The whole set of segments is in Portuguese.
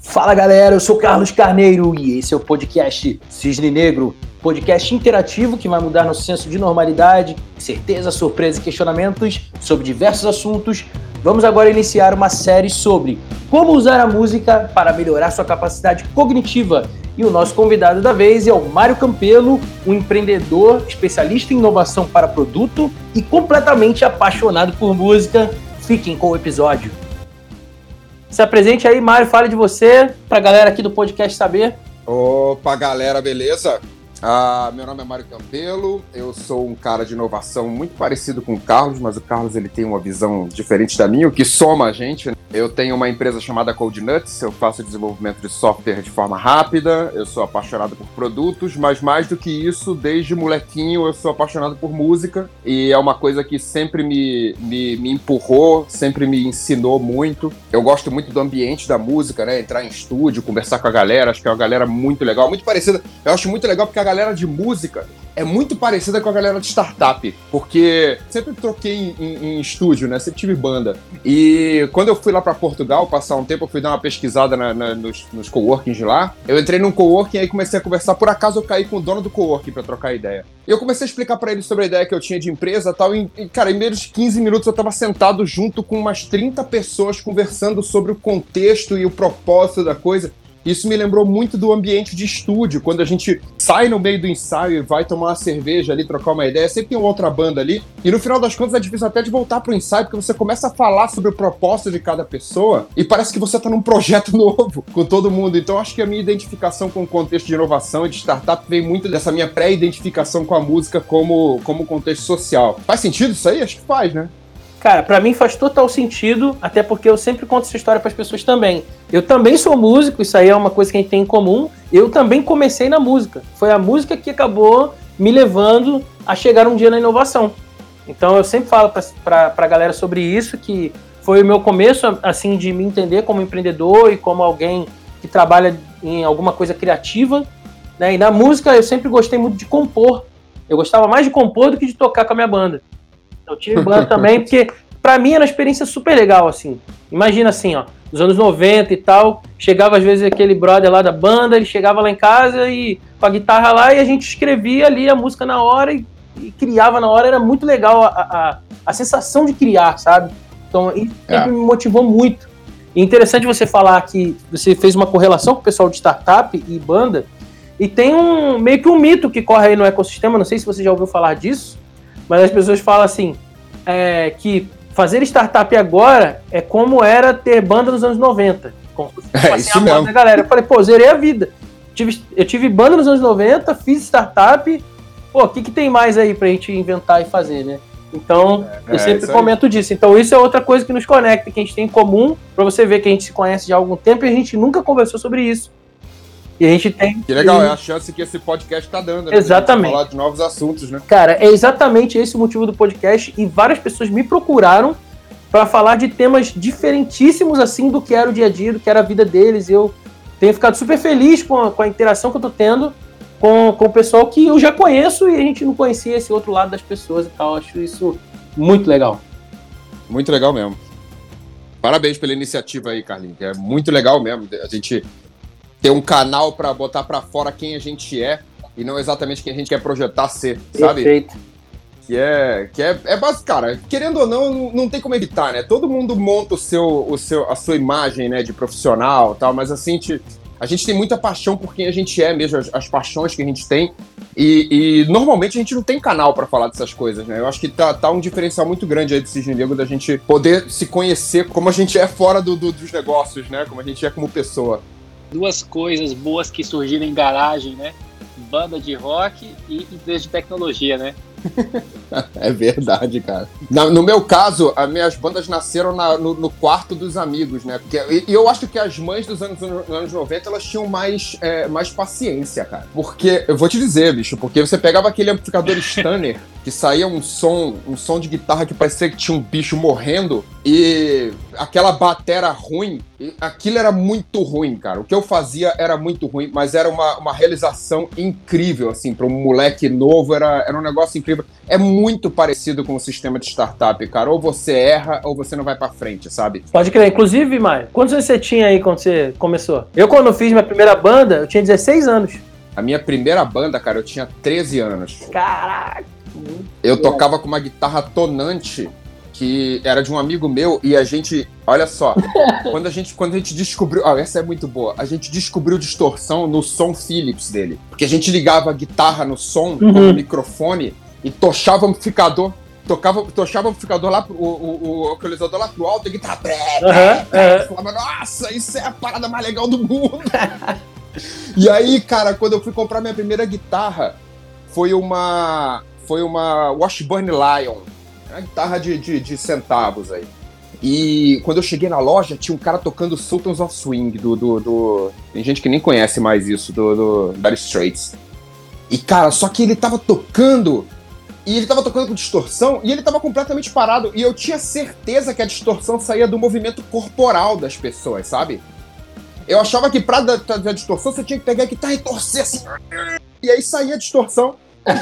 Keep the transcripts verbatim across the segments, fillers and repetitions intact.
Fala galera, eu sou Carlos Carneiro e esse é o podcast Cisne Negro, podcast interativo que vai mudar nosso senso de normalidade, certeza, surpresa e questionamentos sobre diversos assuntos. Vamos agora iniciar uma série sobre como usar a música para melhorar sua capacidade cognitiva. E o nosso convidado da vez é o Mário Campelo, um empreendedor, especialista em inovação para produto e completamente apaixonado por música. Fiquem com o episódio. Se apresente aí, Mário, fale de você, para a galera aqui do podcast saber. Opa, galera, beleza? Ah, meu nome é Mário Campelo, eu sou um cara de inovação muito parecido com o Carlos, mas o Carlos ele tem uma visão diferente da minha, o que soma a gente, né? Eu tenho uma empresa chamada CodeNuts, eu faço desenvolvimento de software de forma rápida, eu sou apaixonado por produtos, mas mais do que isso, desde molequinho eu sou apaixonado por música e é uma coisa que sempre me, me, me empurrou, sempre me ensinou muito. Eu gosto muito do ambiente da música, né? Entrar em estúdio, conversar com a galera, acho que é uma galera muito legal, muito parecida. Eu acho muito legal porque a galera de música é muito parecida com a galera de startup, porque sempre troquei em, em, em estúdio, né? Sempre tive banda. E quando eu fui lá para Portugal passar um tempo, eu fui dar uma pesquisada na, na, nos, nos coworkings de lá. Eu entrei num coworking e aí comecei a conversar. Por acaso eu caí com o dono do coworking para trocar ideia. E eu comecei a explicar para ele sobre a ideia que eu tinha de empresa e tal. E, cara, em menos de quinze minutos eu tava sentado junto com umas trinta pessoas conversando sobre o contexto e o propósito da coisa. Isso me lembrou muito do ambiente de estúdio, quando a gente sai no meio do ensaio e vai tomar uma cerveja ali, trocar uma ideia, sempre tem uma outra banda ali, e no final das contas é difícil até de voltar pro ensaio, porque você começa a falar sobre o propósito de cada pessoa, e parece que você tá num projeto novo com todo mundo. Então acho que a minha identificação com o contexto de inovação e de startup vem muito dessa minha pré-identificação com a música como, como contexto social. Faz sentido isso aí? Acho que faz, né? Cara, pra mim faz total sentido, até porque eu sempre conto essa história pras pessoas também. Eu também sou músico, isso aí é uma coisa que a gente tem em comum. Eu também comecei na música. Foi a música que acabou me levando a chegar um dia na inovação. Então eu sempre falo pra, pra, pra galera sobre isso, que foi o meu começo, assim, de me entender como empreendedor e como alguém que trabalha em alguma coisa criativa, né? E na música eu sempre gostei muito de compor. Eu gostava mais de compor do que de tocar com a minha banda. Eu tive banda também, porque pra mim era uma experiência super legal, assim. Imagina assim, ó, nos anos noventa e tal, chegava às vezes aquele brother lá da banda, ele chegava lá em casa e com a guitarra lá e a gente escrevia ali a música na hora e, e criava na hora. Era muito legal a, a, a sensação de criar, sabe? Então isso sempre é. me motivou muito. E interessante você falar que você fez uma correlação com o pessoal de startup e banda, e tem um meio que um mito que corre aí no ecossistema, não sei se você já ouviu falar disso, mas as pessoas falam assim, é, que fazer startup agora é como era ter banda nos anos noventa. Como se fosse é, isso a mesmo. Da galera. Eu falei, pô, zerei a vida. Tive, eu tive banda nos anos noventa, fiz startup. Pô, o que, que tem mais aí pra gente inventar e fazer, né? Então, é, eu sempre é comento disso. Então, isso é outra coisa que nos conecta, que a gente tem em comum, pra você ver que a gente se conhece já há algum tempo e a gente nunca conversou sobre isso. E a gente tem... Que legal, é a chance que esse podcast tá dando, né? Exatamente. Falar de novos assuntos, né? Cara, é exatamente esse o motivo do podcast e várias pessoas me procuraram para falar de temas diferentíssimos, assim, do que era o dia a dia, do que era a vida deles. E eu tenho ficado super feliz com a, com a interação que eu tô tendo com, com o pessoal que eu já conheço e a gente não conhecia esse outro lado das pessoas e tal. Acho isso muito legal. Muito legal mesmo. Parabéns pela iniciativa aí, Carlinhos. É muito legal mesmo. A gente... ter um canal para botar para fora quem a gente é e não exatamente quem a gente quer projetar ser, sabe? Perfeito. Que é, que é, é básico, cara. Querendo ou não, não, não tem como evitar, né? Todo mundo monta o seu, o seu, a sua imagem, né, de profissional, tal, mas assim, te, a gente tem muita paixão por quem a gente é mesmo, as, as paixões que a gente tem e, e normalmente a gente não tem canal para falar dessas coisas, né? Eu acho que tá, tá um diferencial muito grande aí do Cisne Negro da gente poder se conhecer como a gente é fora do, do, dos negócios, né? Como a gente é como pessoa. Duas coisas boas que surgiram em garagem, né? Banda de rock e empresa de tecnologia, né? É verdade, cara. Na, no meu caso, as minhas bandas nasceram na, no, no quarto dos amigos, né? Porque, e, e eu acho que as mães dos anos, anos noventa, elas tinham mais, é, mais paciência, cara. Porque, eu vou te dizer, bicho, porque você pegava aquele amplificador Stanner, que saía um som, um som de guitarra que parecia que tinha um bicho morrendo, e aquela batera ruim, aquilo era muito ruim, cara. O que eu fazia era muito ruim, mas era uma, uma realização incrível, assim, para um moleque novo, era, era um negócio incrível. incrível. É muito parecido com o sistema de startup, cara. Ou você erra, ou você não vai pra frente, sabe? Pode crer. Inclusive, Maio, quantos anos você tinha aí quando você começou? Eu, quando fiz minha primeira banda, eu tinha dezesseis anos. A minha primeira banda, cara, eu tinha treze anos. Caraca! Eu tocava com uma guitarra tonante, que era de um amigo meu, e a gente, olha só, quando a gente, quando a gente descobriu, ah, essa é muito boa, a gente descobriu distorção no som Philips dele, porque a gente ligava a guitarra no som, uhum. no microfone, e tochava o amplificador, tocava, tochava o amplificador lá, pro, o, o, o equalizador lá pro alto, e a guitarra, uhum, uhum. Falava, nossa, isso é a parada mais legal do mundo. E aí, cara, quando eu fui comprar minha primeira guitarra, foi uma, foi uma Washburn Lion, uma guitarra de, de, de centavos aí. E quando eu cheguei na loja, tinha um cara tocando Sultans of Swing, do, do, do... tem gente que nem conhece mais isso, do, do Dire Straits. E, cara, só que ele tava tocando, e ele tava tocando com distorção, e ele tava completamente parado, e eu tinha certeza que a distorção saía do movimento corporal das pessoas, sabe? Eu achava que pra dar a distorção, você tinha que pegar a guitarra e torcer assim, e aí saía a distorção.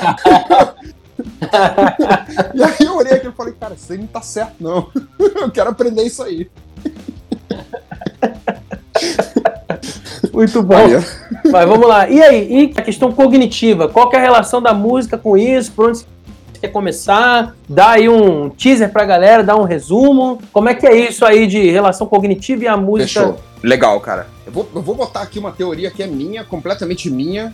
E aí eu olhei aqui e falei, cara, isso aí não tá certo, não. Eu quero aprender isso aí. Muito bom. Aí, mas vamos lá. E aí, e a questão cognitiva? Qual que é a relação da música com isso? Por onde você quer começar? Dá aí um teaser pra galera, dá um resumo. Como é que é isso aí de relação cognitiva e a música? Fechou. Legal, cara. Eu vou, eu vou botar aqui uma teoria que é minha, completamente minha,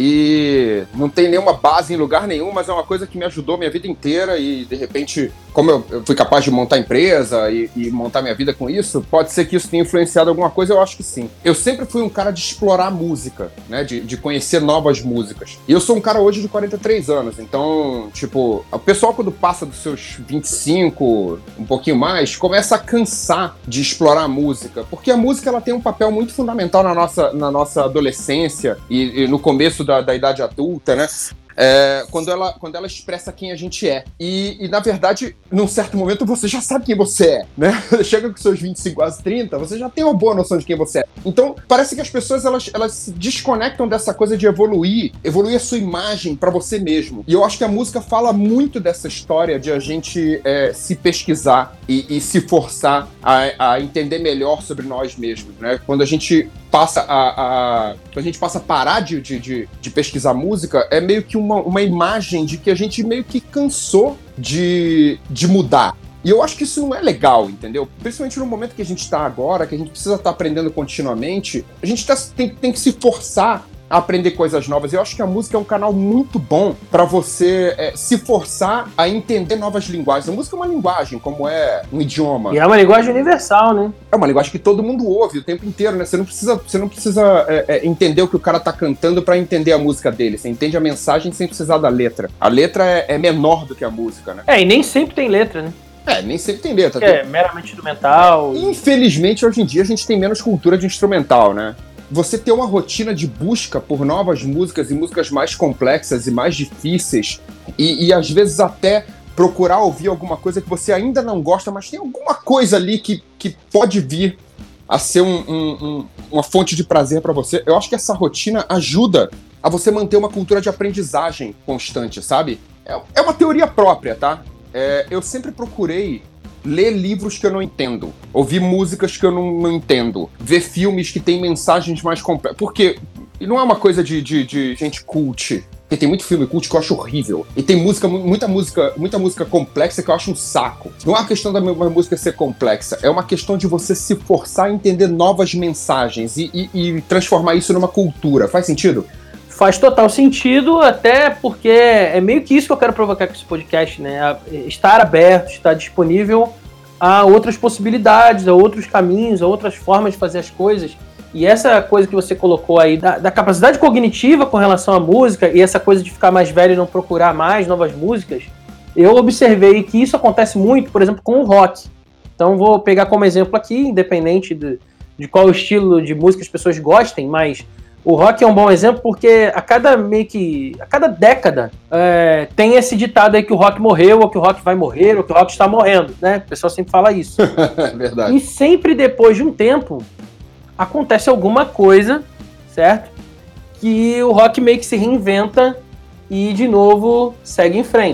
e não tem nenhuma base em lugar nenhum, mas é uma coisa que me ajudou minha vida inteira e, de repente, como eu, eu fui capaz de montar empresa e, e montar minha vida com isso, pode ser que isso tenha influenciado alguma coisa, eu acho que sim. Eu sempre fui um cara de explorar música, né, de, de conhecer novas músicas. E eu sou um cara hoje de quarenta e três anos, então, tipo, o pessoal quando passa dos seus vinte e cinco, um pouquinho mais, começa a cansar de explorar música, porque a música ela tem um papel muito fundamental na nossa, na nossa adolescência e, e no começo Da, da idade adulta, né? É, quando, ela, quando ela expressa quem a gente é. E, e, na verdade, num certo momento, você já sabe quem você é, né? Chega com seus vinte e cinco, quase trinta, você já tem uma boa noção de quem você é. Então, parece que as pessoas, elas, elas se desconectam dessa coisa de evoluir, evoluir a sua imagem pra você mesmo. E eu acho que a música fala muito dessa história de a gente é, se pesquisar e, e se forçar a, a entender melhor sobre nós mesmos, né? Quando a gente passa a, a, quando a gente passa a parar de, de, de, de pesquisar música, é meio que uma, uma imagem de que a gente meio que cansou de, de mudar. E eu acho que isso não é legal, entendeu? Principalmente no momento que a gente está agora, que a gente precisa estar aprendendo continuamente, a gente tá, tem, tem que se forçar a aprender coisas novas. Eu acho que a música é um canal muito bom para você é, se forçar a entender novas linguagens. A música é uma linguagem, como é um idioma. E é uma linguagem universal, né? É uma linguagem que todo mundo ouve o tempo inteiro, né? Você não precisa, você não precisa é, é, entender o que o cara tá cantando para entender a música dele. Você entende a mensagem sem precisar da letra. A letra é, é menor do que a música, né? É, e nem sempre tem letra, né? É, nem sempre tem letra. É, tem... meramente instrumental. Infelizmente, hoje em dia, a gente tem menos cultura de instrumental, né? Você ter uma rotina de busca por novas músicas e músicas mais complexas e mais difíceis e, e às vezes até procurar ouvir alguma coisa que você ainda não gosta, mas tem alguma coisa ali que, que pode vir a ser um, um, um, uma fonte de prazer para você. Eu acho que essa rotina ajuda a você manter uma cultura de aprendizagem constante, sabe? É, é uma teoria própria, tá? É, eu sempre procurei ler livros que eu não entendo, ouvir músicas que eu não, não entendo, ver filmes que têm mensagens mais complexas. Porque não é uma coisa de, de, de gente cult. Porque tem muito filme cult que eu acho horrível. E tem música, muita música, muita música complexa que eu acho um saco. Não é uma questão da minha música ser complexa, é uma questão de você se forçar a entender novas mensagens e, e, e transformar isso numa cultura. Faz sentido? Faz total sentido, até porque é meio que isso que eu quero provocar com esse podcast, né? Estar aberto, estar disponível a outras possibilidades, a outros caminhos, a outras formas de fazer as coisas. E essa coisa que você colocou aí, da, da capacidade cognitiva com relação à música, e essa coisa de ficar mais velho e não procurar mais novas músicas, eu observei que isso acontece muito, por exemplo, com o rock. Então vou pegar como exemplo aqui, independente de, de qual estilo de música as pessoas gostem, mas o rock é um bom exemplo porque a cada meio que a cada década é, tem esse ditado aí que o rock morreu, ou que o rock vai morrer, ou que o rock está morrendo, né? O pessoal sempre fala isso. É verdade. E sempre depois de um tempo acontece alguma coisa, certo? Que o rock meio que se reinventa e de novo segue em frente.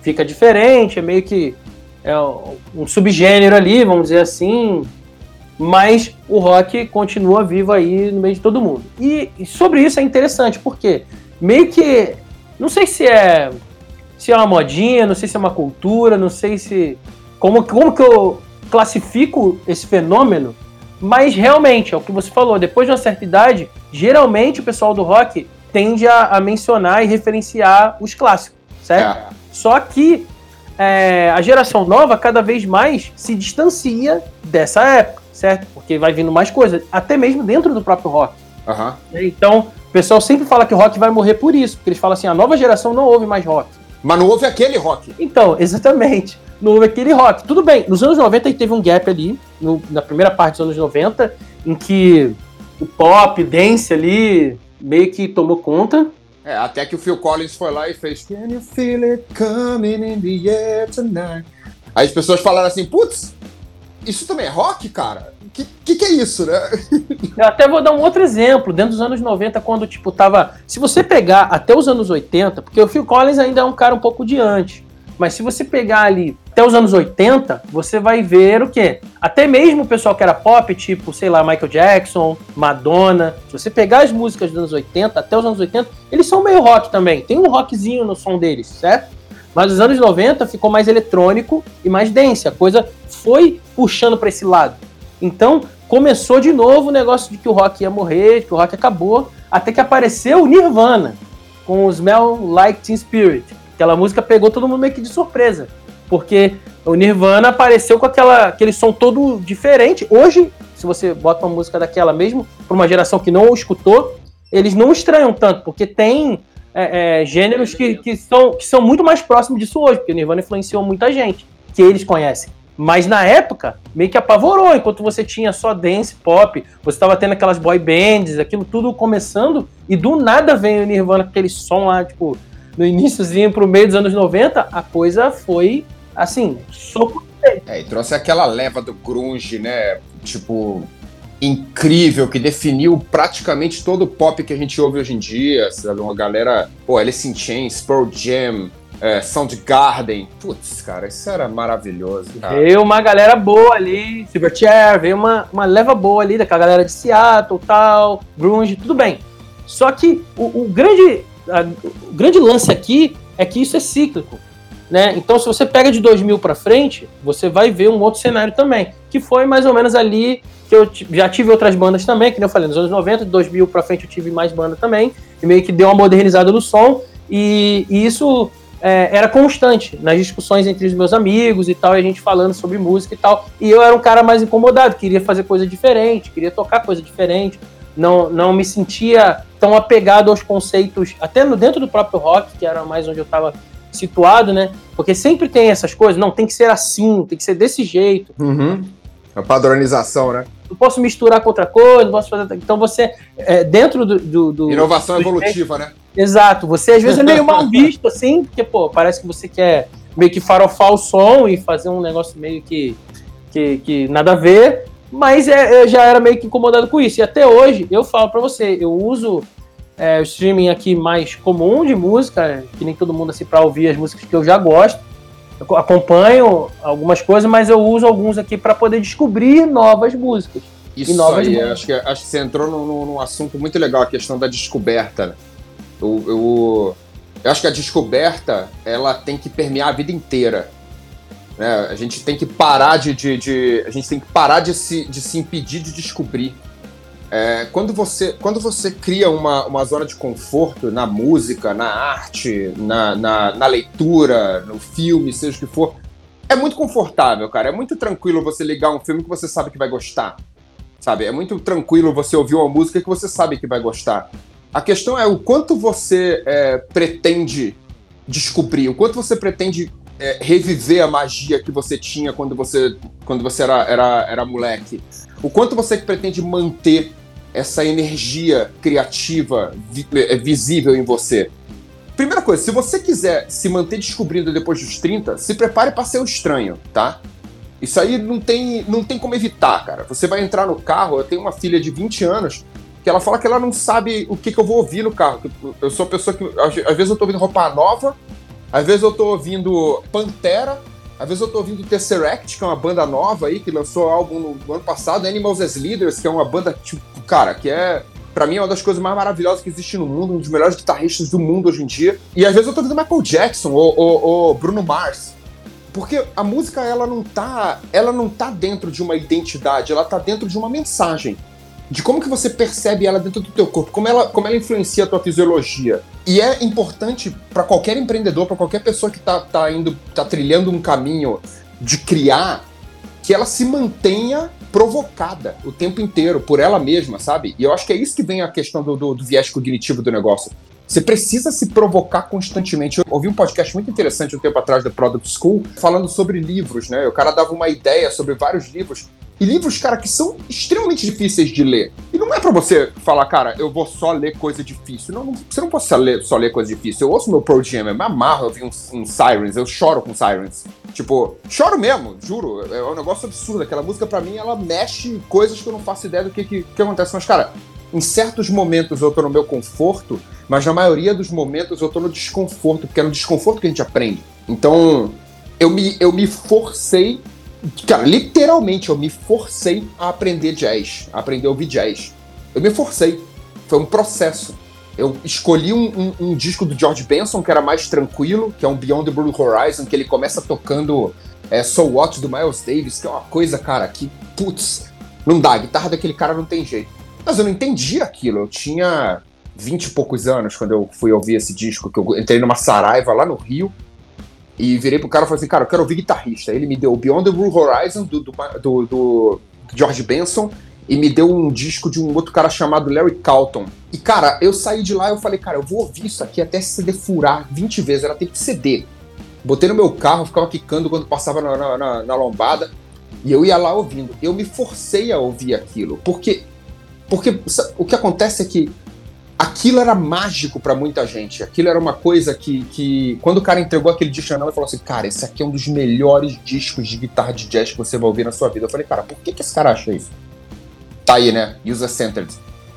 fica diferente, é meio que é um subgênero ali, vamos dizer assim, mas o rock continua vivo aí no meio de todo mundo. E, e sobre isso é interessante, porque meio que, não sei se é, se é uma modinha, não sei se é uma cultura, não sei se... Como, como que eu classifico esse fenômeno, mas realmente, é o que você falou, depois de uma certa idade, geralmente o pessoal do rock tende a, a mencionar e referenciar os clássicos, certo? É. Só que é, a geração nova cada vez mais se distancia dessa época, certo? Porque vai vindo mais coisas, até mesmo dentro do próprio rock. Uhum. Então, o pessoal sempre fala que o rock vai morrer por isso, porque eles falam assim, a nova geração não ouve mais rock. Mas não ouve aquele rock. Então, exatamente. Não houve aquele rock. Tudo bem, nos anos noventa teve um gap ali, no, na primeira parte dos anos noventa, em que o pop, dance ali, meio que tomou conta. É, até que o Phil Collins foi lá e fez Can you feel it coming in the air tonight? Aí as pessoas falaram assim, putz, isso também é rock, cara? Que, que que é isso, né? Eu até vou dar um outro exemplo, dentro dos anos noventa, quando, tipo, tava... Se você pegar até os anos oitenta, porque o Phil Collins ainda é um cara um pouco de antes, mas se você pegar ali até os anos oitenta, você vai ver o quê? Até mesmo o pessoal que era pop, tipo, sei lá, Michael Jackson, Madonna, se você pegar as músicas dos anos oitenta, até os anos oitenta, eles são meio rock também, tem um rockzinho no som deles, certo? Mas nos anos noventa ficou mais eletrônico e mais dense, a coisa foi puxando para esse lado. Então, começou de novo o negócio de que o rock ia morrer, de que o rock acabou, até que apareceu o Nirvana, com o Smell Like Teen Spirit. Aquela música pegou todo mundo meio que de surpresa, porque o Nirvana apareceu com aquela, aquele som todo diferente. Hoje, se você bota uma música daquela mesmo, para uma geração que não o escutou, eles não estranham tanto, porque tem é, é, gêneros que, que, são, que são muito mais próximos disso hoje, porque o Nirvana influenciou muita gente, que eles conhecem. Mas na época, meio que apavorou, enquanto você tinha só dance, pop, você estava tendo aquelas boy bands, aquilo tudo começando, e do nada vem o Nirvana com aquele som lá, tipo, no iníciozinho pro meio dos anos noventa, a coisa foi, assim, soco. É, e trouxe aquela leva do grunge, né, tipo, incrível, que definiu praticamente todo o pop que a gente ouve hoje em dia, sabe, uma galera, pô, Alice in Chains, Pearl Jam, É, Soundgarden, putz, cara, isso era maravilhoso. Cara. Veio uma galera boa ali, Silverchair, veio uma, uma leva boa ali, daquela galera de Seattle, tal, grunge, tudo bem. Só que o, o, grande, a, o grande lance aqui é que isso é cíclico, né? Então, se você pega de dois mil pra frente, você vai ver um outro cenário também, que foi mais ou menos ali, que eu t- já tive outras bandas também, que nem eu falei, nos anos noventa, de dois mil pra frente eu tive mais banda também, e meio que deu uma modernizada no som, e, e isso... É, era constante nas discussões entre os meus amigos e tal, e a gente falando sobre música e tal, e eu era um cara mais incomodado, queria fazer coisa diferente, queria tocar coisa diferente, não, não me sentia tão apegado aos conceitos, até no, dentro do próprio rock, que era mais onde eu estava situado, né, porque sempre tem essas coisas, não, tem que ser assim, tem que ser desse jeito. Uhum. A padronização, né? Não posso misturar com outra coisa, não posso fazer... Então você, é, dentro do... do, do Inovação do evolutiva, jeito, né? Exato, você às vezes é meio mal visto, assim, porque, pô, parece que você quer meio que farofar o som e fazer um negócio meio que, que, que nada a ver, mas é, eu já era meio que incomodado com isso. E até hoje, eu falo pra você, eu uso é, o streaming aqui mais comum de música, que nem todo mundo, assim, pra ouvir as músicas que eu já gosto. Eu acompanho algumas coisas, mas eu uso alguns aqui pra poder descobrir novas músicas. Isso e novas aí, músicas. Acho, que, acho que você entrou num, num assunto muito legal, a questão da descoberta, né? Eu, eu, eu acho que a descoberta, ela tem que permear a vida inteira, né? A gente tem que parar de, de, de a gente tem que parar de se, de se impedir de descobrir. É, quando você, quando você cria uma, uma zona de conforto na música, na arte, na, na, na leitura, no filme, seja o que for, é muito confortável, cara. É muito tranquilo você ligar um filme que você sabe que vai gostar, sabe? É muito tranquilo você ouvir uma música que você sabe que vai gostar. A questão é o quanto você é, pretende descobrir, o quanto você pretende é, reviver a magia que você tinha quando você, quando você era, era, era moleque. O quanto você pretende manter essa energia criativa vi, é, visível em você. Primeira coisa, se você quiser se manter descobrindo depois dos trinta, se prepare para ser um estranho, tá? Isso aí não tem, não tem como evitar, cara. Você vai entrar no carro, eu tenho uma filha de vinte anos, que ela fala que ela não sabe o que, que eu vou ouvir no carro. Eu sou uma pessoa que, às vezes eu tô ouvindo roupa nova, Às vezes eu tô ouvindo Pantera, às vezes eu tô ouvindo Tesseract, que é uma banda nova aí, que lançou álbum no, no ano passado, Animals as Leaders, que é uma banda, tipo, cara, que é, pra mim, é uma das coisas mais maravilhosas que existe no mundo, um dos melhores guitarristas do mundo hoje em dia. E às vezes eu tô ouvindo Michael Jackson ou, ou, ou Bruno Mars. Porque a música, ela não tá, ela não tá dentro de uma identidade, ela tá dentro de uma mensagem. De como que você percebe ela dentro do teu corpo, como ela, como ela influencia a tua fisiologia. E é importante para qualquer empreendedor, para qualquer pessoa que tá, tá, indo, tá trilhando um caminho de criar, que ela se mantenha provocada o tempo inteiro por ela mesma, sabe? E eu acho que é isso que vem a questão do, do, do viés cognitivo do negócio. Você precisa se provocar constantemente. Eu ouvi um podcast muito interessante um tempo atrás da Product School, falando sobre livros, né? O cara dava uma ideia sobre vários livros. E livros, cara, que são extremamente difíceis de ler. E não é pra você falar, cara, eu vou só ler coisa difícil. Não, não você não pode só ler, só ler coisa difícil. Eu ouço meu Pearl Jam, eu me amarro, eu vi um, um Sirens, eu choro com Sirens. Tipo, choro mesmo, juro. É um negócio absurdo. Aquela música, pra mim, ela mexe coisas que eu não faço ideia do que, que, que acontece. Mas, cara, em certos momentos eu tô no meu conforto, mas na maioria dos momentos eu tô no desconforto, porque é no desconforto que a gente aprende. Então, eu me, eu me forcei, cara, literalmente eu me forcei a aprender jazz, a aprender a ouvir jazz. Eu me forcei. Foi um processo. Eu escolhi um, um, um disco do George Benson, que era mais tranquilo, que é um Beyond the Blue Horizon, que ele começa tocando é, So What, do Miles Davis, que é uma coisa, cara, que, putz, não dá, a guitarra daquele cara não tem jeito. Mas eu não entendi aquilo, eu tinha vinte e poucos anos quando eu fui ouvir esse disco, que eu entrei numa Saraiva lá no Rio, e virei pro cara e falei assim, cara, eu quero ouvir guitarrista. Ele me deu o Beyond the Blue Horizon, do, do, do, do George Benson, e me deu um disco de um outro cara chamado Larry Carlton. E, cara, eu saí de lá e eu falei, cara, eu vou ouvir isso aqui até esse C D furar vinte vezes, era tempo de C D. Botei no meu carro, ficava quicando quando passava na, na, na, na lombada, e eu ia lá ouvindo. Eu me forcei a ouvir aquilo, porque, porque o que acontece é que aquilo era mágico pra muita gente. Aquilo era uma coisa que, que quando o cara entregou aquele disco, ele falou assim, cara, esse aqui é um dos melhores discos de guitarra de jazz que você vai ouvir na sua vida. Eu falei, cara, por que, que esse cara acha isso? Tá aí, né? User-centered.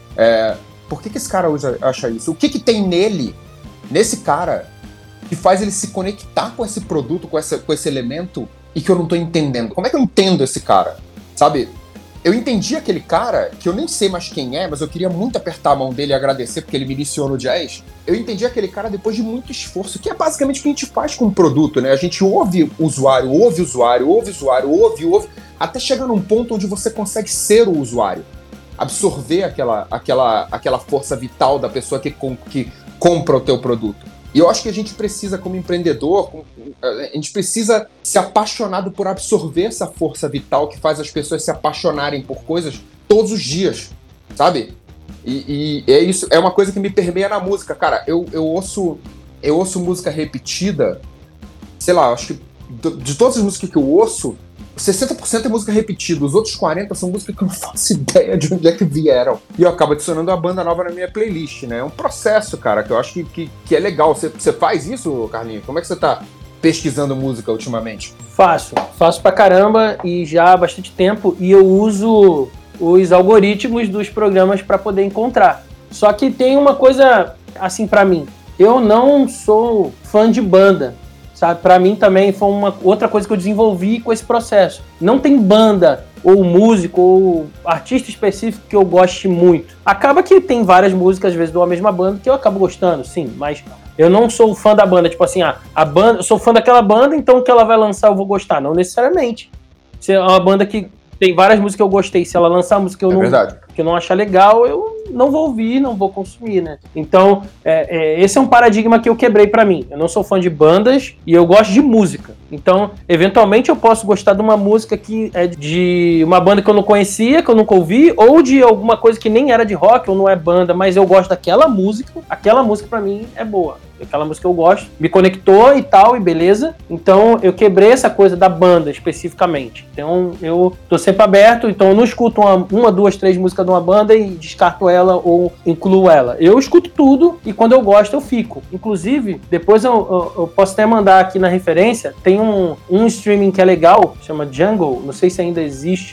É, por que, que esse cara usa, acha isso? O que, que tem nele, nesse cara, que faz ele se conectar com esse produto, com, essa, com esse elemento, e que eu não tô entendendo? Como é que eu entendo esse cara? Sabe? Eu entendi aquele cara, que eu nem sei mais quem é, mas eu queria muito apertar a mão dele e agradecer porque ele me iniciou no jazz. Eu entendi aquele cara depois de muito esforço, que é basicamente o que a gente faz com o produto, né? A gente ouve o usuário, ouve o usuário, ouve o usuário, ouve, ouve, até chegar num ponto onde você consegue ser o usuário. Absorver aquela, aquela, aquela força vital da pessoa que, com, que compra o teu produto. E eu acho que a gente precisa, como empreendedor, a gente precisa ser apaixonado por absorver essa força vital que faz as pessoas se apaixonarem por coisas todos os dias, sabe? E, e é isso, é uma coisa que me permeia na música. Cara, eu, eu, ouço, eu ouço música repetida, sei lá, acho que de todas as músicas que eu ouço, sessenta por cento é música repetida, os outros quarenta por cento são músicas que eu não faço ideia de onde é que vieram. E eu acabo adicionando a banda nova na minha playlist, né? É um processo, cara, que eu acho que, que, que é legal. Você, você faz isso, Carlinhos? Como é que você tá pesquisando música ultimamente? Faço, faço pra caramba e já há bastante tempo, e eu uso os algoritmos dos programas pra poder encontrar. Só que tem uma coisa, assim, pra mim, eu não sou fã de banda. Sabe? Pra mim também foi uma outra coisa que eu desenvolvi com esse processo. Não tem banda, ou músico, ou artista específico que eu goste muito. Acaba que tem várias músicas, às vezes, de uma mesma banda que eu acabo gostando, sim, mas eu não sou fã da banda, tipo assim, ah, a banda, eu sou fã daquela banda, então o que ela vai lançar eu vou gostar. Não necessariamente. Se é uma banda que tem várias músicas que eu gostei, se ela lançar música que eu, é não, que eu não achar legal, eu não vou ouvir, não vou consumir, né? Então, é, é, esse é um paradigma que eu quebrei pra mim. Eu não sou fã de bandas e eu gosto de música. Então, eventualmente eu posso gostar de uma música que é de uma banda que eu não conhecia, que eu nunca ouvi, ou de alguma coisa que nem era de rock ou não é banda, mas eu gosto daquela música. Aquela música pra mim é boa. Aquela música que eu gosto, me conectou e tal, e beleza. Então, eu quebrei essa coisa da banda, especificamente. Então, eu tô sempre aberto, então eu não escuto uma, uma duas, três músicas de uma banda e descarto ela ou incluo ela. Eu escuto tudo e quando eu gosto, eu fico. Inclusive, depois eu, eu, eu posso até mandar aqui na referência, tem um, um streaming que é legal, chama Jungle, não sei se ainda existe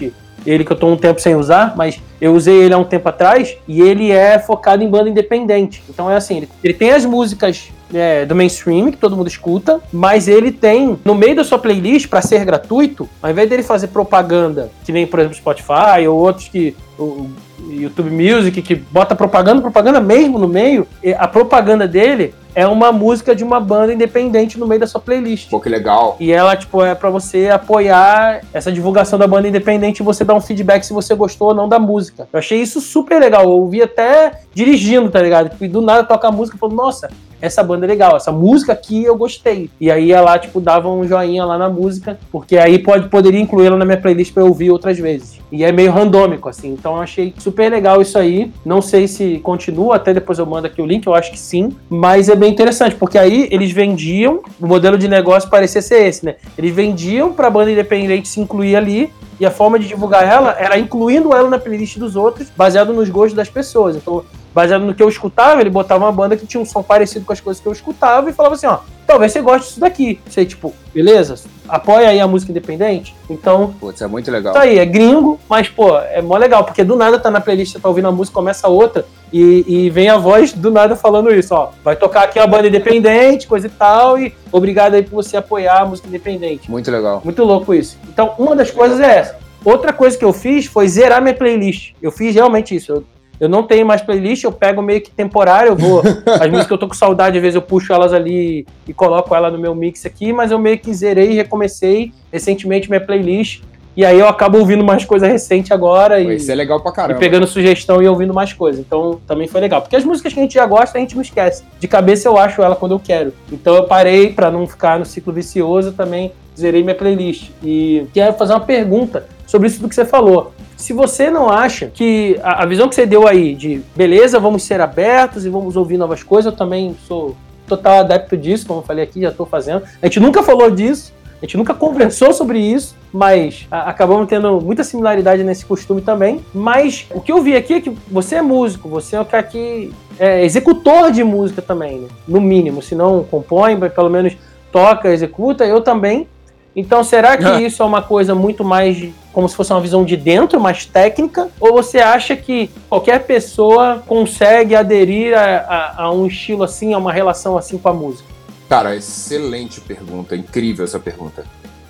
ele que eu tô um tempo sem usar, mas eu usei ele há um tempo atrás, e ele é focado em banda independente. Então é assim, ele, ele tem as músicas é, do mainstream, que todo mundo escuta, mas ele tem, no meio da sua playlist, para ser gratuito, ao invés dele fazer propaganda, que nem, por exemplo, Spotify, ou outros que... O, YouTube Music, que bota propaganda, propaganda mesmo no meio, a propaganda dele é uma música de uma banda independente no meio da sua playlist. Pô, que legal. E ela, tipo, é pra você apoiar essa divulgação da banda independente e você dar um feedback se você gostou ou não da música. Eu achei isso super legal. Eu ouvi até dirigindo, tá ligado? E do nada toca a música e falo, nossa, essa banda é legal, essa música aqui eu gostei. E aí ela, tipo, dava um joinha lá na música, porque aí pode, poderia incluí-la na minha playlist pra eu ouvir outras vezes. E é meio randômico, assim. Então eu achei super legal isso aí. Não sei se continua, até depois eu mando aqui o link, eu acho que sim. Mas é bem interessante, porque aí eles vendiam, o modelo de negócio parecia ser esse, né? Eles vendiam pra banda independente se incluir ali, e a forma de divulgar ela era incluindo ela na playlist dos outros, baseado nos gostos das pessoas. Então, baseado no que eu escutava, ele botava uma banda que tinha um som parecido com as coisas que eu escutava e falava assim, ó, talvez você goste disso daqui. Você, tipo, beleza? Apoia aí a música independente. Então, putz, é muito legal. Isso aí, é gringo, mas, pô, é mó legal, porque do nada tá na playlist, você tá ouvindo a música, começa outra, e, e vem a voz do nada falando isso, ó, vai tocar aqui a banda independente, coisa e tal, e obrigado aí por você apoiar a música independente. Muito legal. Muito louco isso. Então, uma das coisas é essa. Outra coisa que eu fiz foi zerar minha playlist. Eu fiz realmente isso. Eu, eu não tenho mais playlist, eu pego meio que temporário, eu vou... As músicas que eu tô com saudade, às vezes eu puxo elas ali e coloco ela no meu mix aqui, mas eu meio que zerei e recomecei recentemente minha playlist. E aí eu acabo ouvindo mais coisa recente agora e, isso é legal pra caramba. E pegando sugestão e ouvindo mais coisa. Então também foi legal. Porque as músicas que a gente já gosta, a gente não esquece. De cabeça eu acho ela quando eu quero. Então eu parei pra não ficar no ciclo vicioso, também zerei minha playlist. E quero fazer uma pergunta sobre isso do que você falou. Se você não acha que a, a visão que você deu aí de beleza, vamos ser abertos e vamos ouvir novas coisas, eu também sou total adepto disso, como eu falei aqui, já tô fazendo. A gente nunca falou disso. A gente nunca conversou sobre isso, mas a, acabamos tendo muita similaridade nesse costume também. Mas o que eu vi aqui é que você é músico, você é o cara que é executor de música também, né? No mínimo, se não compõe, pelo menos toca, executa, eu também. Então será que isso é uma coisa muito mais como se fosse uma visão de dentro, mais técnica? Ou você acha que qualquer pessoa consegue aderir a, a, a um estilo assim, a uma relação assim com a música? Cara, excelente pergunta, incrível essa pergunta.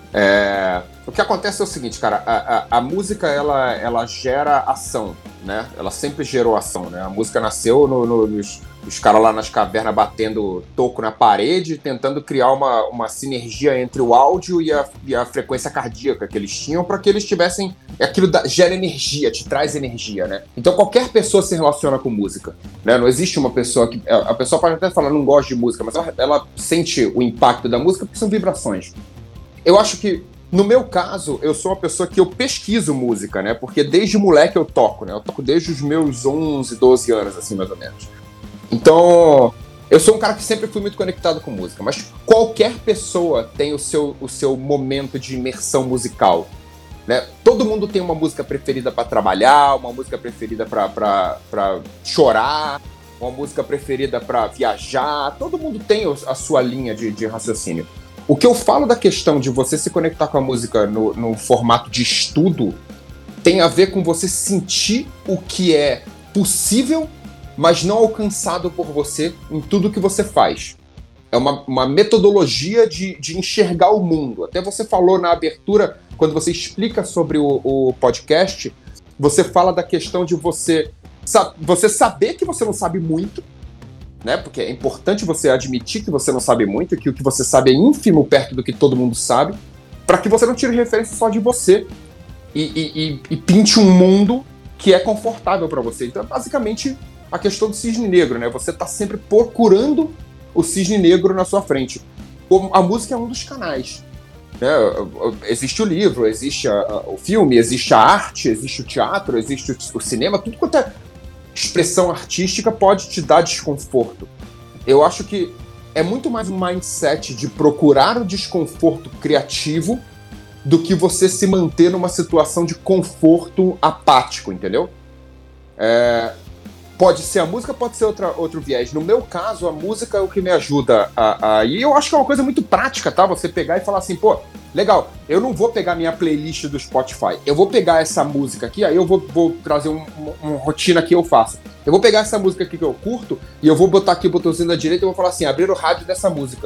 É... O que acontece é o seguinte, cara, a, a, a música, ela, ela gera ação, né? Ela sempre gerou ação, né? A música nasceu no, no, nos os caras lá nas cavernas batendo toco na parede, tentando criar uma, uma sinergia entre o áudio e a, e a frequência cardíaca que eles tinham para que eles tivessem... Aquilo da, gera energia, te traz energia, né? Então qualquer pessoa se relaciona com música, né? Não existe uma pessoa que... A pessoa pode até falar, não gosta de música, mas ela, ela sente o impacto da música porque são vibrações. Eu acho que, no meu caso, eu sou uma pessoa que eu pesquiso música, né? Porque desde moleque eu toco, né? Eu toco desde os meus onze, doze anos, assim, mais ou menos. Então, eu sou um cara que sempre fui muito conectado com música, mas qualquer pessoa tem o seu, o seu momento de imersão musical, né? Todo mundo tem uma música preferida para trabalhar, uma música preferida para chorar, uma música preferida para viajar. Todo mundo tem a sua linha de, de raciocínio. O que eu falo da questão de você se conectar com a música no, no formato de estudo tem a ver com você sentir o que é possível, mas não alcançado por você em tudo que você faz. É uma, uma metodologia de, de enxergar o mundo. Até você falou na abertura, quando você explica sobre o, o podcast, você fala da questão de você, você saber que você não sabe muito, né? Porque é importante você admitir que você não sabe muito, que o que você sabe é ínfimo perto do que todo mundo sabe, para que você não tire referência só de você e, e, e, e pinte um mundo que é confortável para você. Então, é basicamente a questão do cisne negro, né? Você tá sempre procurando o cisne negro na sua frente. A música é um dos canais, né? Existe o livro, existe a, a, o filme, existe a arte, existe o teatro, existe o, o cinema, tudo quanto é expressão artística pode te dar desconforto. Eu acho que é muito mais um mindset de procurar o desconforto criativo do que você se manter numa situação de conforto apático, entendeu? É... Pode ser a música, pode ser outra, outro viés. No meu caso, a música é o que me ajuda a, a... E eu acho que é uma coisa muito prática, tá? Você pegar e falar assim, pô, legal, eu não vou pegar minha playlist do Spotify. Eu vou pegar essa música aqui, aí eu vou, vou trazer um, uma, uma rotina que eu faço. Eu vou pegar essa música aqui que eu curto e eu vou botar aqui o botãozinho da direita e vou falar assim, abrir o rádio dessa música.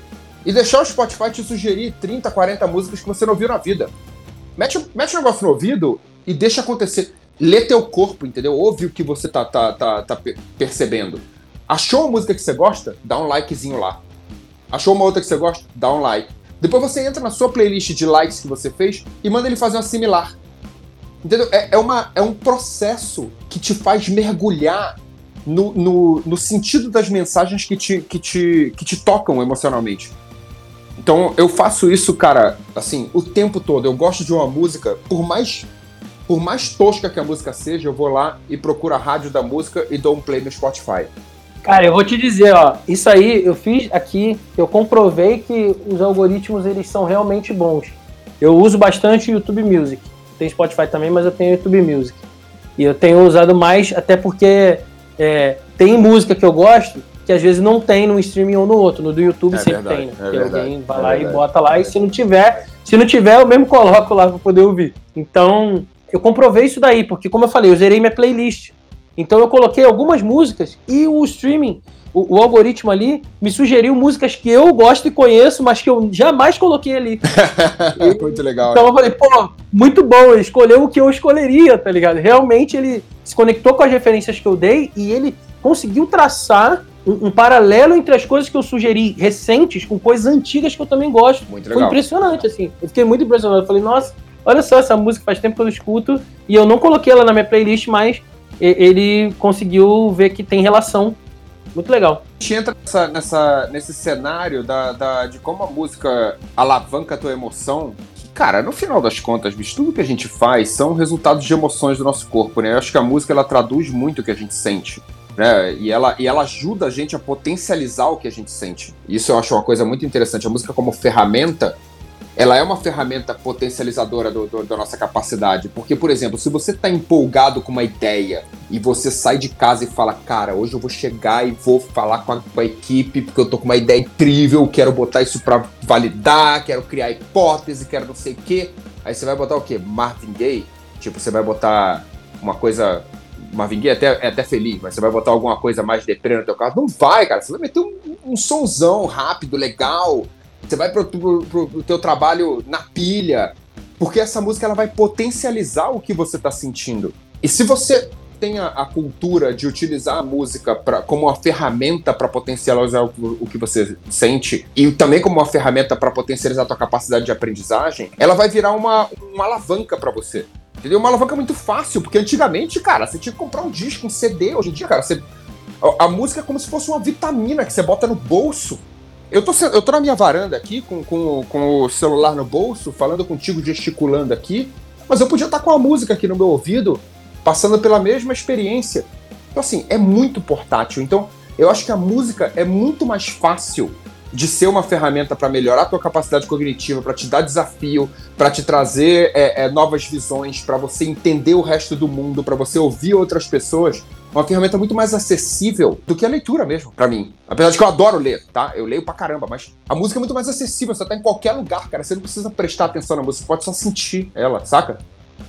E deixar o Spotify te sugerir trinta, quarenta músicas que você não ouviu na vida. Mete, mete um negócio no ouvido e deixa acontecer. Lê teu corpo, entendeu? Ouve o que você tá, tá, tá, tá percebendo. Achou uma música que você gosta? Dá um likezinho lá. Achou uma outra que você gosta? Dá um like. Depois você entra na sua playlist de likes que você fez e manda ele fazer uma similar. Entendeu? É, é, uma, é um processo que te faz mergulhar no, no, no sentido das mensagens que te, que, te, que te tocam emocionalmente. Então eu faço isso, cara, assim, o tempo todo. Eu gosto de uma música, por mais... Por mais tosca que a música seja, eu vou lá e procuro a rádio da música e dou um play no Spotify. Cara, eu vou te dizer, ó, isso aí eu fiz aqui, eu comprovei que os algoritmos, eles são realmente bons. Eu uso bastante o YouTube Music. Tem Spotify também, mas eu tenho YouTube Music. E eu tenho usado mais, até porque é, tem música que eu gosto que às vezes não tem num streaming ou no outro. No do YouTube é sempre verdade, tem, né? É porque verdade, alguém vai é lá verdade, e bota lá, é e se não tiver, se não tiver, eu mesmo coloco lá pra poder ouvir. Então... Eu comprovei isso daí, porque como eu falei, eu zerei minha playlist. Então eu coloquei algumas músicas e o streaming, o, o algoritmo ali, me sugeriu músicas que eu gosto e conheço, mas que eu jamais coloquei ali. e, muito legal. Então né? eu falei, pô, muito bom, ele escolheu o que eu escolheria, tá ligado? Realmente ele se conectou com as referências que eu dei e ele conseguiu traçar um, um paralelo entre as coisas que eu sugeri recentes com coisas antigas que eu também gosto. Muito legal. Foi impressionante, assim. Eu fiquei muito impressionado. Eu falei, nossa... Olha só, essa música faz tempo que eu escuto e eu não coloquei ela na minha playlist, mas ele conseguiu ver que tem relação. Muito legal. A gente entra nessa, nessa, nesse cenário da, da, de como a música alavanca a tua emoção. Cara, no final das contas, bicho, tudo que a gente faz são resultados de emoções do nosso corpo, né? Eu acho que a música, ela traduz muito o que a gente sente, né? E ela, e ela ajuda a gente a potencializar o que a gente sente. Isso eu acho uma coisa muito interessante. A música como ferramenta, ela é uma ferramenta potencializadora do, do, da nossa capacidade. Porque, por exemplo, se você tá empolgado com uma ideia e você sai de casa e fala, cara, hoje eu vou chegar e vou falar com a, com a equipe porque eu tô com uma ideia incrível, quero botar isso pra validar, quero criar hipótese, quero não sei o quê. Aí você vai botar o quê? Marvin Gaye? Tipo, você vai botar uma coisa... Marvin Gaye é até, é até feliz, mas você vai botar alguma coisa mais deprê no teu carro? Não vai, cara. Você vai meter um, um sonzão rápido, legal... Você vai pro, pro, pro teu trabalho na pilha, porque essa música ela vai potencializar o que você tá sentindo. E se você tem a, a cultura de utilizar a música pra, como uma ferramenta para potencializar o, o que você sente, e também como uma ferramenta para potencializar a tua capacidade de aprendizagem, ela vai virar uma, uma alavanca para você. Entendeu? Uma alavanca muito fácil, porque antigamente, cara, você tinha que comprar um disco, um C D. Hoje em dia, cara, você, a, a música é como se fosse uma vitamina que você bota no bolso. Eu tô, eu tô na minha varanda aqui, com, com, com o celular no bolso, falando contigo, gesticulando aqui, mas eu podia estar com a música aqui no meu ouvido, passando pela mesma experiência. Então, assim, é muito portátil. Então, eu acho que a música é muito mais fácil de ser uma ferramenta para melhorar a tua capacidade cognitiva, para te dar desafio, para te trazer é, é, novas visões, para você entender o resto do mundo, para você ouvir outras pessoas. Uma ferramenta muito mais acessível do que a leitura mesmo, pra mim. Apesar de que eu adoro ler, tá? Eu leio pra caramba, mas a música é muito mais acessível. Você tá em qualquer lugar, cara. Você não precisa prestar atenção na música, você pode só sentir ela, saca?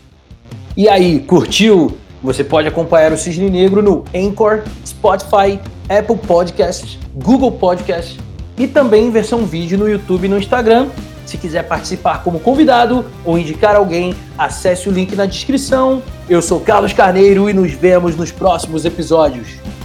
E aí, curtiu? Você pode acompanhar o Cisne Negro no Anchor, Spotify, Apple Podcasts, Google Podcasts e também em versão vídeo no YouTube e no Instagram. Se quiser participar como convidado ou indicar alguém, acesse o link na descrição. Eu sou Carlos Carneiro e nos vemos nos próximos episódios.